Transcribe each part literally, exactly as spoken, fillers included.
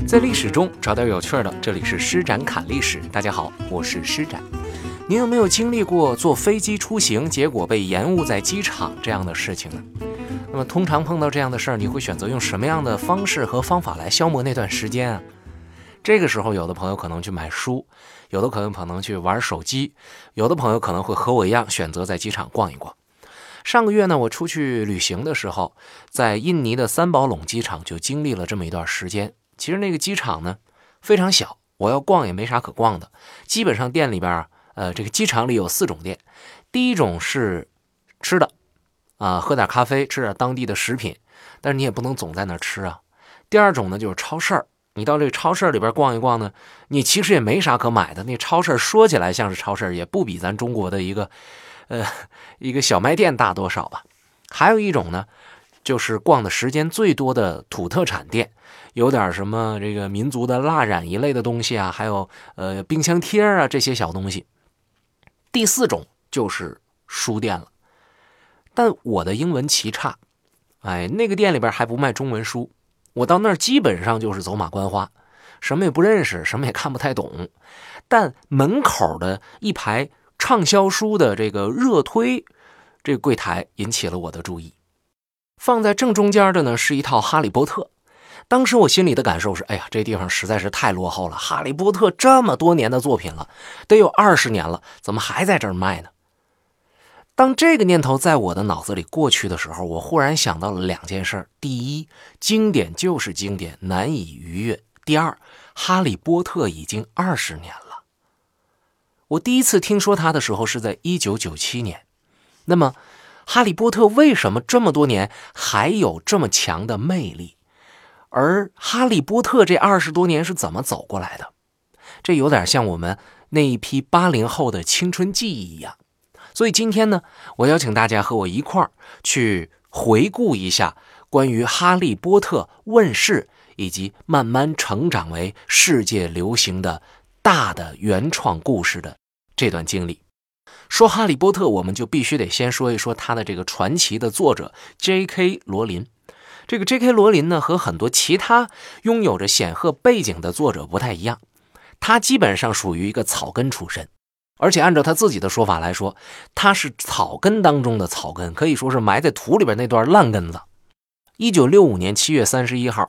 在历史中找点有趣的，这里是施展侃历史。大家好，我是施展。您有没有经历过坐飞机出行，结果被延误在机场这样的事情呢？那么通常碰到这样的事儿，你会选择用什么样的方式和方法来消磨那段时间啊？这个时候，有的朋友可能去买书，有的可能可能去玩手机，有的朋友可能会和我一样选择在机场逛一逛。上个月呢，我出去旅行的时候，在印尼的三宝垄机场就经历了这么一段时间。其实那个机场呢非常小，我要逛也没啥可逛的。基本上店里边，呃，这个机场里有四种店。第一种是吃的，啊、呃，喝点咖啡，吃点当地的食品，但是你也不能总在那儿吃啊。第二种呢就是超市儿，你到这个超市里边逛一逛呢，你其实也没啥可买的。那超市说起来像是超市，也不比咱中国的一个，呃，一个小卖店大多少吧。还有一种呢，就是逛的时间最多的土特产店。有点什么这个民族的蜡染一类的东西啊，还有呃冰箱贴啊这些小东西。第四种就是书店了，但我的英文奇差，哎，那个店里边还不卖中文书，我到那儿基本上就是走马观花，什么也不认识，什么也看不太懂。但门口的一排畅销书的这个热推这个柜台引起了我的注意，放在正中间的呢是一套《哈利波特》。当时我心里的感受是，哎呀，这地方实在是太落后了，哈利波特这么多年的作品了，得有二十年了，怎么还在这儿卖呢？当这个念头在我的脑子里过去的时候，我忽然想到了两件事。第一，经典就是经典，难以逾越。第二，哈利波特已经二十年了。我第一次听说他的时候是在一九九七年。那么哈利波特为什么这么多年还有这么强的魅力？而哈利波特这二十多年是怎么走过来的？这有点像我们那一批八零后的青春记忆一样。所以今天呢，我邀请大家和我一块儿去回顾一下关于哈利波特问世以及慢慢成长为世界流行的大的原创故事的这段经历。说哈利波特，我们就必须得先说一说他的这个传奇的作者 J K 罗琳。这个 J K 罗琳呢，和很多其他拥有着显赫背景的作者不太一样，他基本上属于一个草根出身，而且按照他自己的说法来说，他是草根当中的草根，可以说是埋在土里边那段烂根子。一九六五年七月三十一号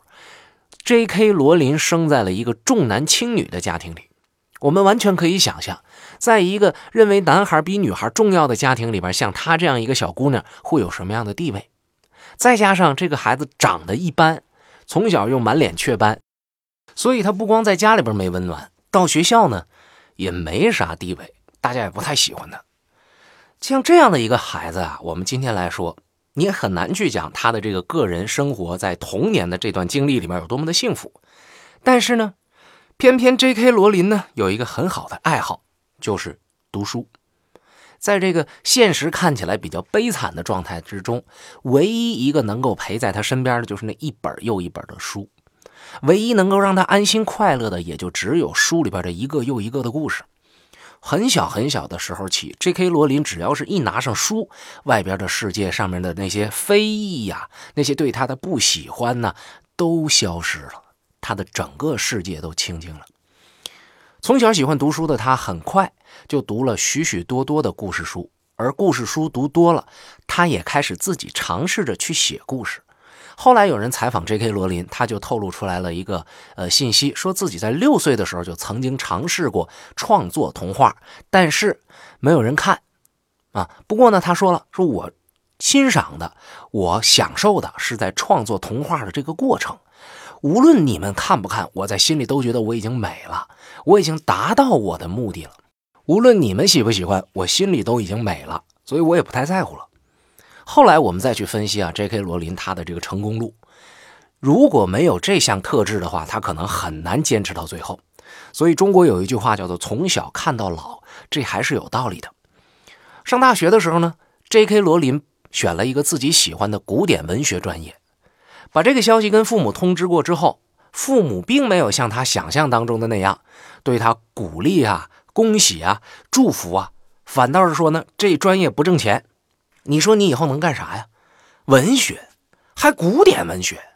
J K 罗琳生在了一个重男轻女的家庭里。我们完全可以想象，在一个认为男孩比女孩重要的家庭里边，像她这样一个小姑娘会有什么样的地位。再加上这个孩子长得一般，从小又满脸雀斑，所以他不光在家里边没温暖，到学校呢也没啥地位，大家也不太喜欢他。像这样的一个孩子啊，我们今天来说，你也很难去讲他的这个个人生活在童年的这段经历里面有多么的幸福。但是呢，偏偏 J K 罗琳呢有一个很好的爱好，就是读书。在这个现实看起来比较悲惨的状态之中，唯一一个能够陪在他身边的就是那一本又一本的书，唯一能够让他安心快乐的也就只有书里边的一个又一个的故事。很小很小的时候起， J K 罗琳只要是一拿上书，外边的世界上面的那些非议呀、那些对他的不喜欢呢，都消失了，他的整个世界都清净了。从小喜欢读书的他，很快就读了许许多多的故事书，而故事书读多了，他也开始自己尝试着去写故事。后来有人采访 J K 罗琳，他就透露出来了一个呃信息，说自己在六岁的时候就曾经尝试过创作童话，但是没有人看啊。不过呢，他说了，说我欣赏的，我享受的是在创作童话的这个过程。无论你们看不看，我在心里都觉得我已经美了，我已经达到我的目的了。无论你们喜不喜欢，我心里都已经美了，所以我也不太在乎了。后来我们再去分析啊 J K 罗琳他的这个成功路，如果没有这项特质的话，他可能很难坚持到最后。所以中国有一句话叫做从小看到老，这还是有道理的。上大学的时候呢， J K 罗琳选了一个自己喜欢的古典文学专业。把这个消息跟父母通知过之后，父母并没有像他想象当中的那样对他鼓励啊、恭喜啊、祝福啊，反倒是说呢，这专业不挣钱，你说你以后能干啥呀？文学，还古典文学，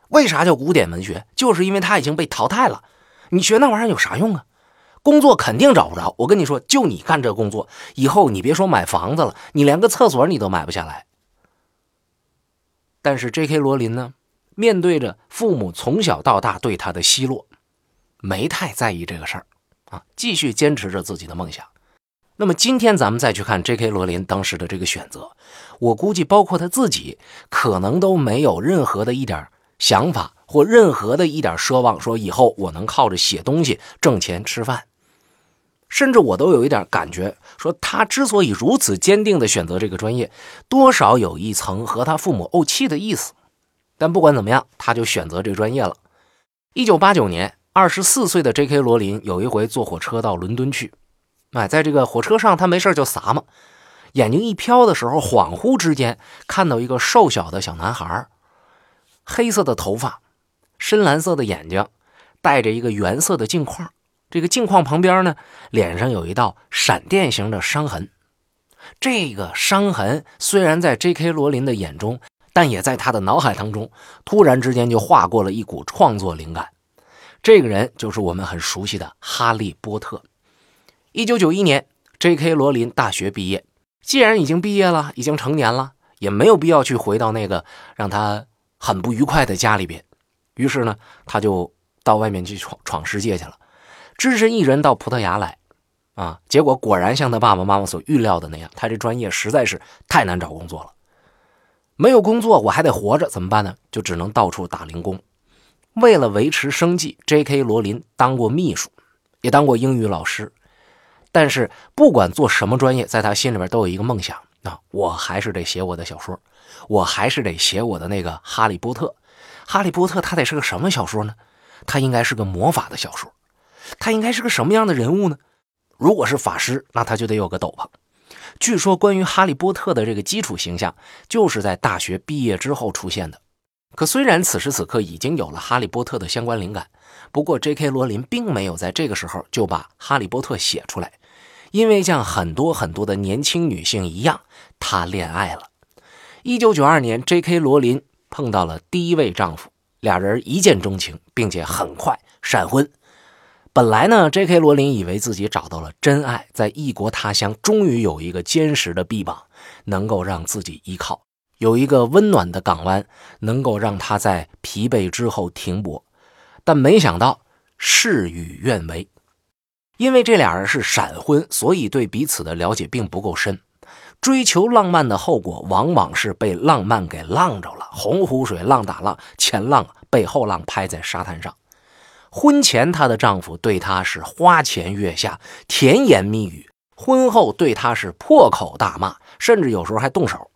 为啥叫古典文学？就是因为它已经被淘汰了。你学那玩意儿有啥用啊？工作肯定找不着。我跟你说，就你干这工作，以后你别说买房子了，你连个厕所你都买不下来。但是 J K 罗琳呢，面对着父母从小到大对他的奚落，没太在意这个事儿啊，继续坚持着自己的梦想。那么今天咱们再去看 J K 罗琳当时的这个选择，我估计包括他自己可能都没有任何的一点想法或任何的一点奢望，说以后我能靠着写东西挣钱吃饭。甚至我都有一点感觉，说他之所以如此坚定地选择这个专业，多少有一层和他父母怄气的意思。但不管怎么样，他就选择这个专业了。一九八九年，二十四岁的 J K 罗琳有一回坐火车到伦敦去，哎，在这个火车上他没事就撒嘛，眼睛一飘的时候，恍惚之间看到一个瘦小的小男孩，黑色的头发，深蓝色的眼睛，戴着一个圆色的镜框。这个镜框旁边呢，脸上有一道闪电形的伤痕。这个伤痕虽然在 J K 罗琳的眼中，但也在他的脑海当中突然之间就划过了一股创作灵感。这个人就是我们很熟悉的哈利波特。一九九一年 J K 罗琳大学毕业，既然已经毕业了，已经成年了，也没有必要去回到那个让他很不愉快的家里边。于是呢，他就到外面去闯闯世界去了，只身一人到葡萄牙来啊，结果果然像他爸爸妈妈所预料的那样，他这专业实在是太难找工作了。没有工作，我还得活着，怎么办呢？就只能到处打零工。为了维持生计 ，J K 罗琳当过秘书，也当过英语老师。但是不管做什么专业，在他心里边都有一个梦想啊，我还是得写我的小说，我还是得写我的那个哈利波特。哈利波特他得是个什么小说呢？他应该是个魔法的小说。他应该是个什么样的人物呢？如果是法师，那他就得有个斗篷。据说关于哈利波特的这个基础形象就是在大学毕业之后出现的。可虽然此时此刻已经有了哈利波特的相关灵感，不过 J K 罗琳并没有在这个时候就把哈利波特写出来，因为像很多很多的年轻女性一样，她恋爱了。一九九二年 J K 罗琳碰到了第一位丈夫，俩人一见钟情，并且很快闪婚。本来呢 J K 罗琳以为自己找到了真爱，在异国他乡终于有一个坚实的臂膀能够让自己依靠，有一个温暖的港湾能够让他在疲惫之后停泊。但没想到事与愿违，因为这俩人是闪婚，所以对彼此的了解并不够深。追求浪漫的后果往往是被浪漫给浪着了，洪湖水浪打浪，前浪被后浪拍在沙滩上。婚前她的丈夫对她是花前月下，甜言蜜语，婚后对她是破口大骂，甚至有时候还动手。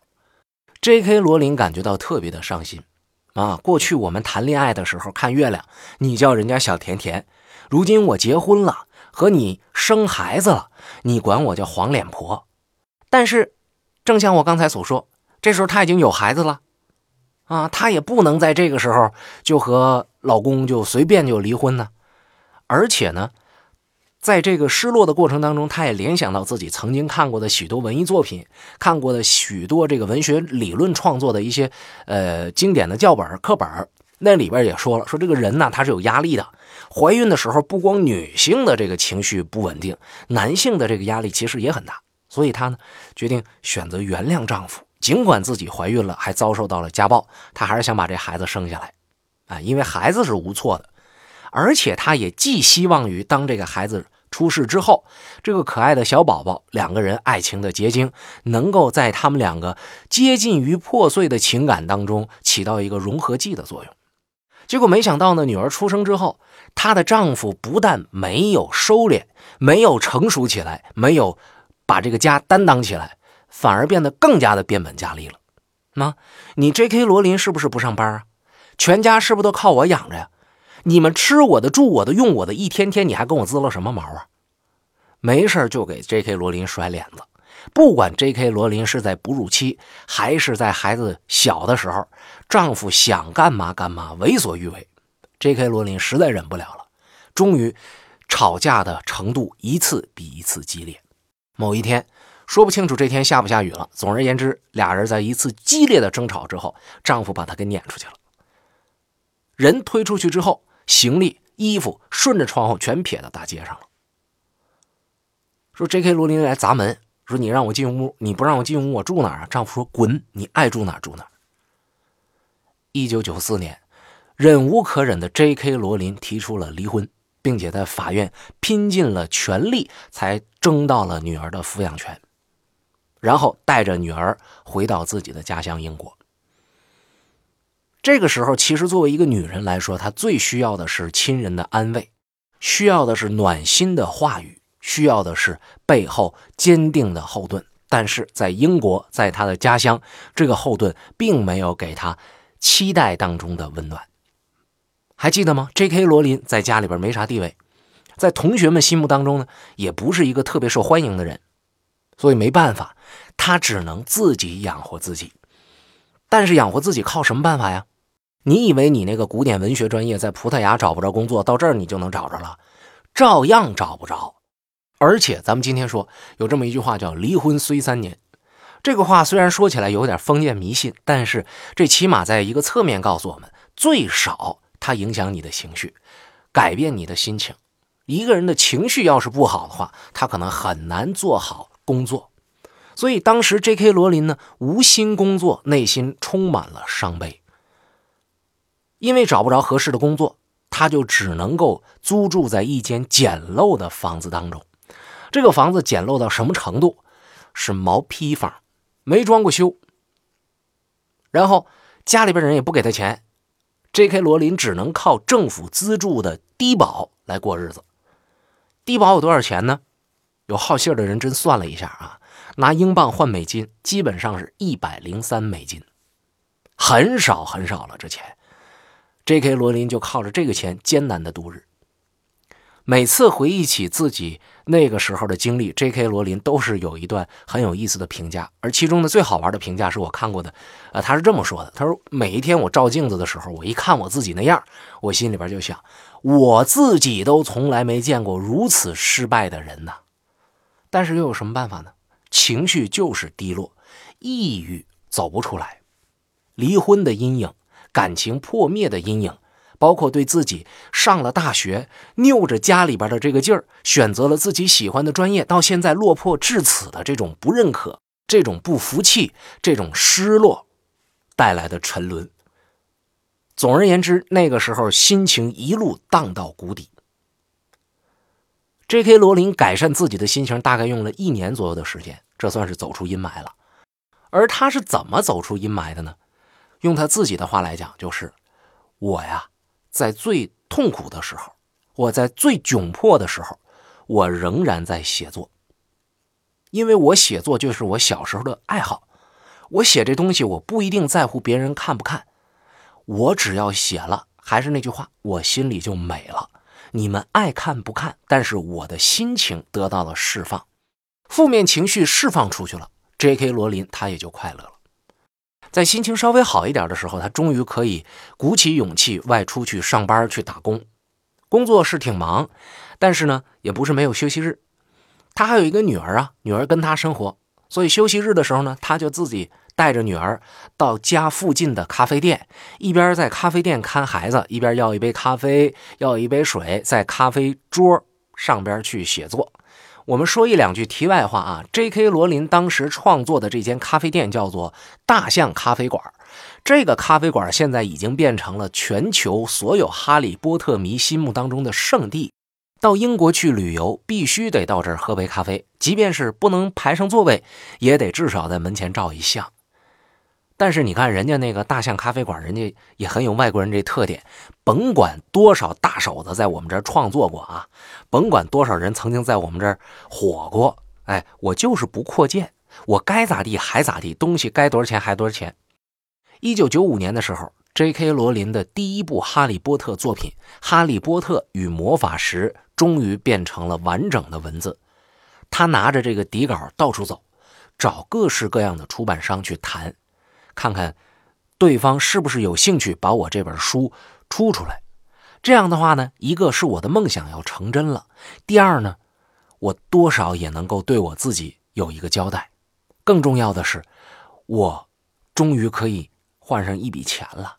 J K 罗琳感觉到特别的伤心啊！过去我们谈恋爱的时候看月亮，你叫人家小甜甜，如今我结婚了，和你生孩子了，你管我叫黄脸婆。但是正像我刚才所说，这时候她已经有孩子了啊，她也不能在这个时候就和老公就随便就离婚呢。而且呢，在这个失落的过程当中，她也联想到自己曾经看过的许多文艺作品，看过的许多这个文学理论创作的一些呃经典的教本课本，那里边也说了，说这个人呢他是有压力的，怀孕的时候不光女性的这个情绪不稳定，男性的这个压力其实也很大。所以她呢决定选择原谅丈夫，尽管自己怀孕了，还遭受到了家暴，她还是想把这孩子生下来啊，因为孩子是无错的。而且她也寄希望于当这个孩子出世之后，这个可爱的小宝宝，两个人爱情的结晶，能够在他们两个接近于破碎的情感当中起到一个融合剂的作用。结果没想到呢，女儿出生之后，她的丈夫不但没有收敛，没有成熟起来，没有把这个家担当起来，反而变得更加的变本加厉了。那你 J K 罗琳是不是不上班啊？全家是不是都靠我养着呀？你们吃我的住我的用我的，一天天你还跟我滋了什么毛啊？没事就给 J K 罗琳甩脸子。不管 J K 罗琳是在哺乳期还是在孩子小的时候，丈夫想干嘛干嘛，为所欲为， J K 罗琳实在忍不了了，终于吵架的程度一次比一次激烈。某一天，说不清楚这天下不下雨了，总而言之，俩人在一次激烈的争吵之后，丈夫把她给撵出去了。 人推出去之后，行李、衣服顺着窗户全撇到大街上了。说 J K 罗琳来砸门，说你让我进屋，你不让我进屋，我住哪儿啊？丈夫说滚，你爱住哪儿住哪儿。一九九四年，忍无可忍的 J K 罗琳提出了离婚，并且在法院拼尽了全力才争到了女儿的抚养权，然后带着女儿回到自己的家乡英国。这个时候，其实作为一个女人来说，她最需要的是亲人的安慰，需要的是暖心的话语，需要的是背后坚定的后盾。但是在英国，在她的家乡，这个后盾并没有给她期待当中的温暖。还记得吗？ J K 罗琳在家里边没啥地位，在同学们心目当中呢，也不是一个特别受欢迎的人，所以没办法，她只能自己养活自己。但是养活自己靠什么办法呀？你以为你那个古典文学专业在葡萄牙找不着工作，到这儿你就能找着了？照样找不着。而且咱们今天说有这么一句话叫离婚虽三年，这个话虽然说起来有点封建迷信，但是这起码在一个侧面告诉我们，最少它影响你的情绪，改变你的心情。一个人的情绪要是不好的话，他可能很难做好工作。所以当时 J K 罗琳呢，无心工作，内心充满了伤悲。因为找不着合适的工作，他就只能够租住在一间简陋的房子当中。这个房子简陋到什么程度？是毛坯房，没装过修。然后家里边人也不给他钱， J K 罗琳只能靠政府资助的低保来过日子。低保有多少钱呢？有好信的人真算了一下啊，拿英镑换美金，基本上是一百零三美金，很少很少了。这钱J K 罗琳就靠着这个钱艰难的度日。每次回忆起自己那个时候的经历， J K 罗琳都是有一段很有意思的评价，而其中的最好玩的评价是我看过的。呃，他是这么说的，他说每一天我照镜子的时候，我一看我自己那样，我心里边就想，我自己都从来没见过如此失败的人呐。但是又有什么办法呢？情绪就是低落，抑郁走不出来，离婚的阴影，感情破灭的阴影，包括对自己上了大学拗着家里边的这个劲儿，选择了自己喜欢的专业，到现在落魄至此的这种不认可，这种不服气，这种失落带来的沉沦。总而言之，那个时候心情一路荡到谷底。 J K 罗琳改善自己的心情大概用了一年左右的时间，这算是走出阴霾了。而他是怎么走出阴霾的呢？用他自己的话来讲，就是我呀，在最痛苦的时候，我在最窘迫的时候，我仍然在写作。因为我写作就是我小时候的爱好，我写这东西我不一定在乎别人看不看，我只要写了，还是那句话，我心里就美了。你们爱看不看，但是我的心情得到了释放，负面情绪释放出去了， J K 罗琳他也就快乐了。在心情稍微好一点的时候，他终于可以鼓起勇气外出去上班去打工。工作是挺忙，但是呢也不是没有休息日。他还有一个女儿啊，女儿跟他生活，所以休息日的时候呢，他就自己带着女儿到家附近的咖啡店，一边在咖啡店看孩子，一边要一杯咖啡，要一杯水，在咖啡桌上边去写作。我们说一两句题外话啊 ，J K 罗琳当时创作的这间咖啡店叫做大象咖啡馆。这个咖啡馆现在已经变成了全球所有哈利波特迷心目当中的圣地。到英国去旅游，必须得到这儿喝杯咖啡，即便是不能排上座位，也得至少在门前照一相。但是你看人家那个大象咖啡馆，人家也很有外国人这特点，甭管多少大手子在我们这儿创作过啊，甭管多少人曾经在我们这儿火过，哎，我就是不扩建，我该咋地还咋地，东西该多少钱还多少钱。一九九五年的时候， J K 罗琳的第一部哈利波特作品《哈利波特与魔法石》终于变成了完整的文字。他拿着这个底稿到处走，找各式各样的出版商去谈，看看对方是不是有兴趣把我这本书出出来。这样的话呢，一个是我的梦想要成真了，第二呢，我多少也能够对我自己有一个交代。更重要的是，我终于可以换上一笔钱了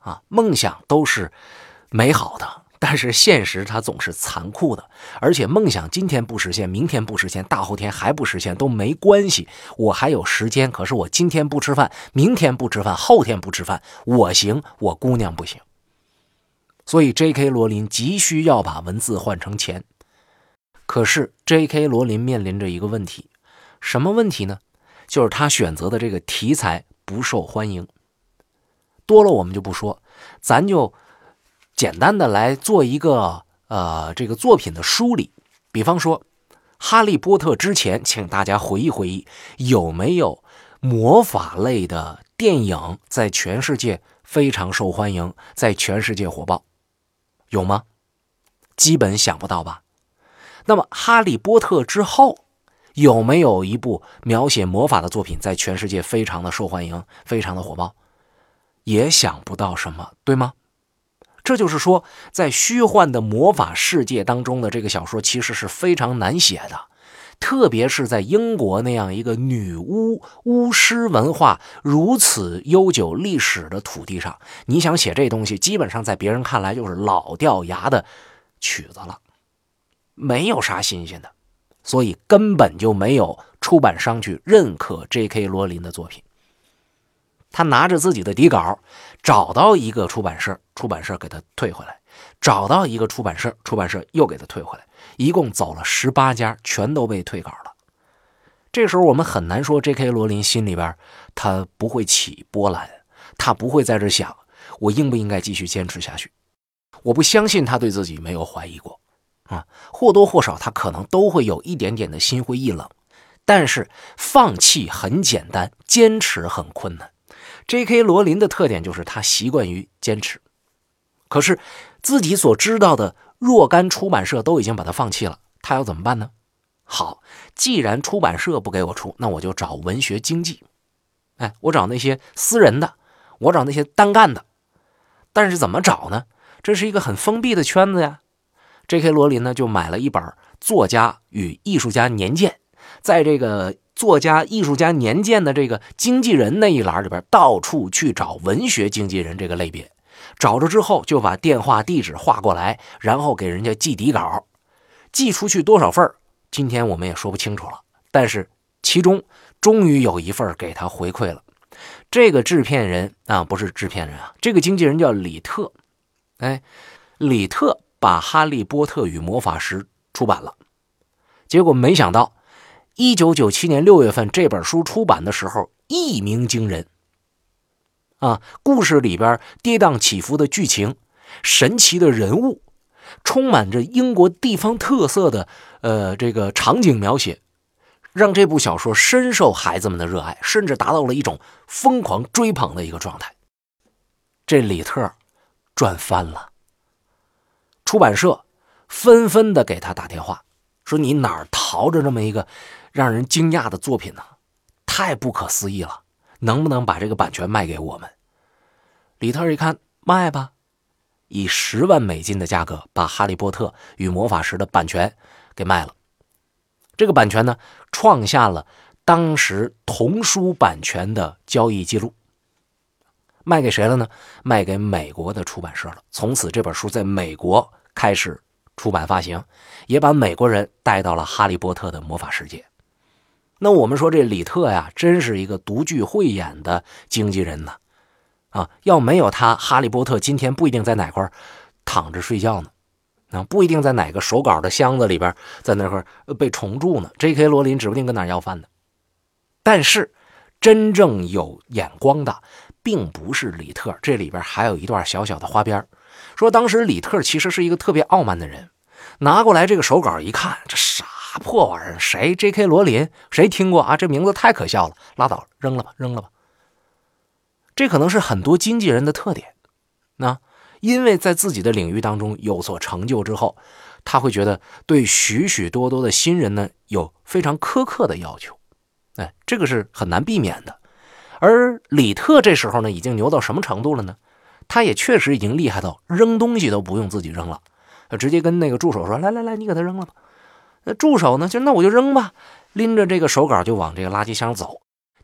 啊，梦想都是美好的，但是现实它总是残酷的，而且梦想今天不实现，明天不实现，大后天还不实现都没关系，我还有时间，可是我今天不吃饭，明天不吃饭，后天不吃饭，我行，我姑娘不行。所以 J K 罗琳急需要把文字换成钱。可是 J K 罗琳面临着一个问题，什么问题呢？就是他选择的这个题材不受欢迎。多了我们就不说，咱就简单的来做一个呃这个作品的梳理。比方说哈利波特之前，请大家回忆回忆，有没有魔法类的电影在全世界非常受欢迎，在全世界火爆？有吗？基本想不到吧。那么哈利波特之后，有没有一部描写魔法的作品在全世界非常的受欢迎，非常的火爆？也想不到什么，对吗？这就是说，在虚幻的魔法世界当中的这个小说其实是非常难写的，特别是在英国那样一个女巫巫师文化如此悠久历史的土地上，你想写这东西，基本上在别人看来就是老掉牙的曲子了，没有啥新鲜的，所以根本就没有出版商去认可 J K 罗琳的作品。他拿着自己的底稿，找到一个出版社，出版社给他退回来，找到一个出版社，出版社又给他退回来，一共走了十八家，全都被退稿了。这时候我们很难说 J K 罗琳心里边他不会起波澜，他不会在这想我应不应该继续坚持下去。我不相信他对自己没有怀疑过啊，或多或少他可能都会有一点点的心灰意冷，但是放弃很简单，坚持很困难。J K 罗琳的特点就是他习惯于坚持，可是自己所知道的若干出版社都已经把他放弃了，他要怎么办呢？好，既然出版社不给我出，那我就找文学经纪，哎，我找那些私人的，我找那些单干的。但是怎么找呢？这是一个很封闭的圈子呀。J K 罗琳呢就买了一本《作家与艺术家年鉴》，在这个作家艺术家年鉴的这个经纪人那一栏里边，到处去找文学经纪人这个类别，找着之后就把电话地址画过来，然后给人家寄底稿，寄出去多少份今天我们也说不清楚了，但是其中终于有一份给他回馈了。这个制片人啊，不是制片人啊，这个经纪人叫李特。哎，李特把《哈利波特与魔法石》出版了，结果没想到一九九七年六月份这本书出版的时候一鸣惊人啊！故事里边跌宕起伏的剧情，神奇的人物，充满着英国地方特色的呃这个场景描写，让这部小说深受孩子们的热爱，甚至达到了一种疯狂追捧的一个状态。这李特赚翻了，出版社纷纷的给他打电话，说你哪儿淘着这么一个让人惊讶的作品呢？太不可思议了，能不能把这个版权卖给我们？李特一看，卖吧，以十万美金的价格把《哈利波特与魔法石》的版权给卖了。这个版权呢，创下了当时童书版权的交易记录。卖给谁了呢？卖给美国的出版社了。从此这本书在美国开始出版发行，也把美国人带到了哈利波特的魔法世界。那我们说这李特呀，真是一个独具慧眼的经纪人呢。啊，要没有他，哈利波特今天不一定在哪块躺着睡觉呢，啊，不一定在哪个手稿的箱子里边，在那块被虫蛀呢。J K 罗琳指不定跟哪儿要饭呢。但是真正有眼光的并不是李特，这里边还有一段小小的花边。说当时李特其实是一个特别傲慢的人，拿过来这个手稿一看，这啥破玩意儿？谁 J K 罗琳？谁听过啊？这名字太可笑了，拉倒，扔了吧，扔了吧。这可能是很多经纪人的特点。那因为在自己的领域当中有所成就之后，他会觉得对许许多多的新人呢有非常苛刻的要求。哎，这个是很难避免的。而李特这时候呢，已经牛到什么程度了呢？他也确实已经厉害到扔东西都不用自己扔了，直接跟那个助手说：“来来来，你给他扔了吧。”那助手呢，就那我就扔吧，拎着这个手稿就往这个垃圾箱走。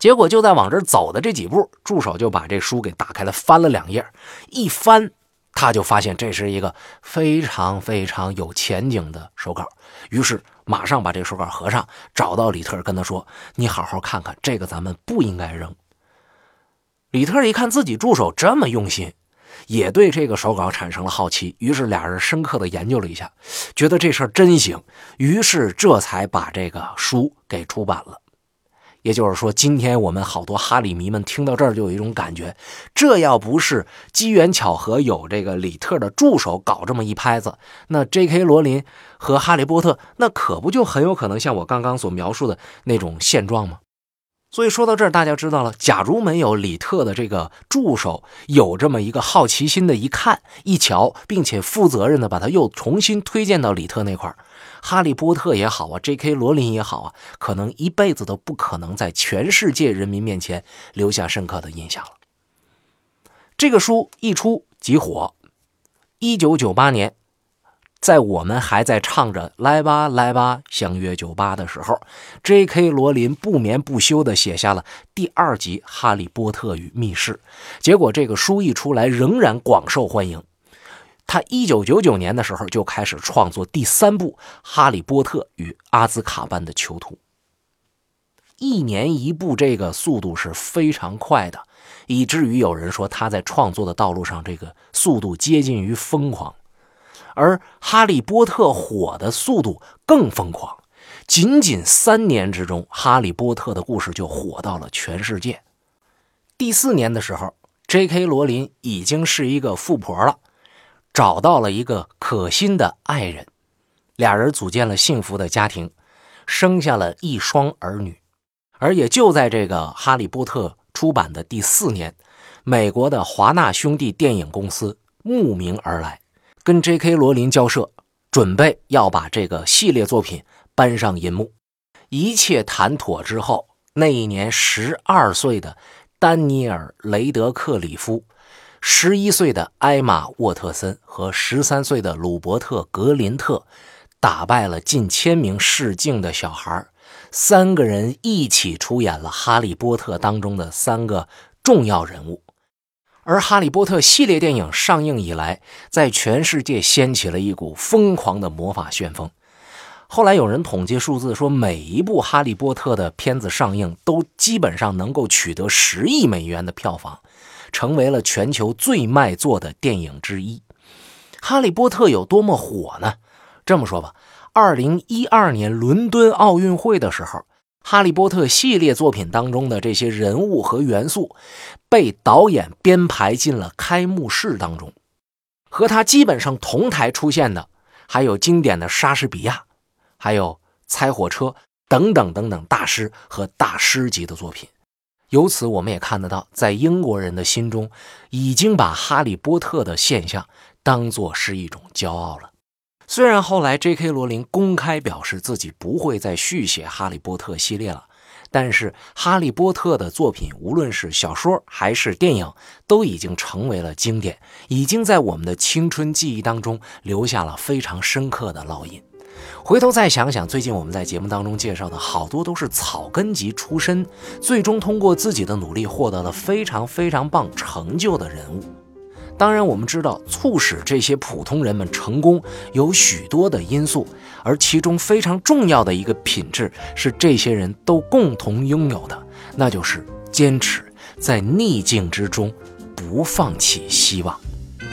结果就在往这走的这几步，助手就把这书给打开了，翻了两页，一翻他就发现这是一个非常非常有前景的手稿，于是马上把这手稿合上，找到李特跟他说，你好好看看，这个咱们不应该扔。李特一看自己助手这么用心，也对这个手稿产生了好奇，于是俩人深刻的研究了一下，觉得这事儿真行，于是这才把这个书给出版了。也就是说，今天我们好多哈利迷们听到这儿就有一种感觉，这要不是机缘巧合有这个李特的助手搞这么一拍子，那 J K 罗琳和哈利波特那可不就很有可能像我刚刚所描述的那种现状吗？所以说到这儿，大家知道了，假如没有李特的这个助手有这么一个好奇心的一看一瞧，并且负责任的把他又重新推荐到李特那块儿，哈利波特也好啊 J K 罗琳也好啊，可能一辈子都不可能在全世界人民面前留下深刻的印象了。这个书一出即火，一九九八年在我们还在唱着来吧来吧相约酒吧的时候， J K 罗琳不眠不休地写下了第二集《哈利波特与密室》，结果这个书一出来仍然广受欢迎。他一九九九年的时候就开始创作第三部《哈利波特与阿兹卡班的囚徒》，一年一部，这个速度是非常快的，以至于有人说他在创作的道路上这个速度接近于疯狂。而哈利波特火的速度更疯狂，仅仅三年之中，哈利波特的故事就火到了全世界。第四年的时候 J K 罗琳已经是一个富婆了，找到了一个可心的爱人，俩人组建了幸福的家庭，生下了一双儿女。而也就在这个哈利波特出版的第四年，美国的华纳兄弟电影公司慕名而来，跟 J K 罗琳交涉，准备要把这个系列作品搬上银幕。一切谈妥之后，那一年十二岁的丹尼尔·雷德克里夫，十一岁的艾玛·沃特森和十三岁的鲁伯特·格林特打败了近千名试镜的小孩，三个人一起出演了哈利波特当中的三个重要人物。而哈利波特系列电影上映以来，在全世界掀起了一股疯狂的魔法旋风。后来有人统计数字说，每一部哈利波特的片子上映都基本上能够取得十亿美元的票房，成为了全球最卖座的电影之一。哈利波特有多么火呢？这么说吧，二零一二年伦敦奥运会的时候，哈利波特系列作品当中的这些人物和元素被导演编排进了开幕式当中。和他基本上同台出现的还有经典的莎士比亚，还有猜火车等等等等大师和大师级的作品。由此我们也看得到，在英国人的心中已经把哈利波特的现象当作是一种骄傲了。虽然后来 J K 罗琳公开表示自己不会再续写哈利波特系列了，但是哈利波特的作品无论是小说还是电影都已经成为了经典，已经在我们的青春记忆当中留下了非常深刻的烙印。回头再想想，最近我们在节目当中介绍的好多都是草根级出身，最终通过自己的努力获得了非常非常棒成就的人物。当然我们知道，促使这些普通人们成功有许多的因素，而其中非常重要的一个品质是这些人都共同拥有的，那就是坚持，在逆境之中不放弃希望。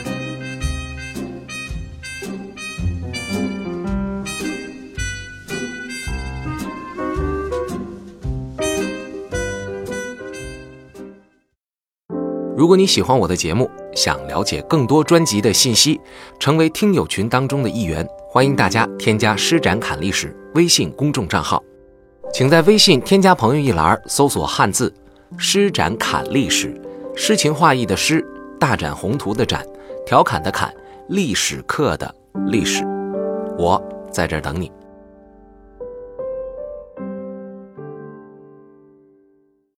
如果你喜欢我的节目，想了解更多专辑的信息，成为听友群当中的一员，欢迎大家添加施展侃历史微信公众账号，请在微信添加朋友一栏搜索汉字施展侃历史，诗情画意的诗，大展宏图的展，调侃的侃，历史课的历史。我在这儿等你。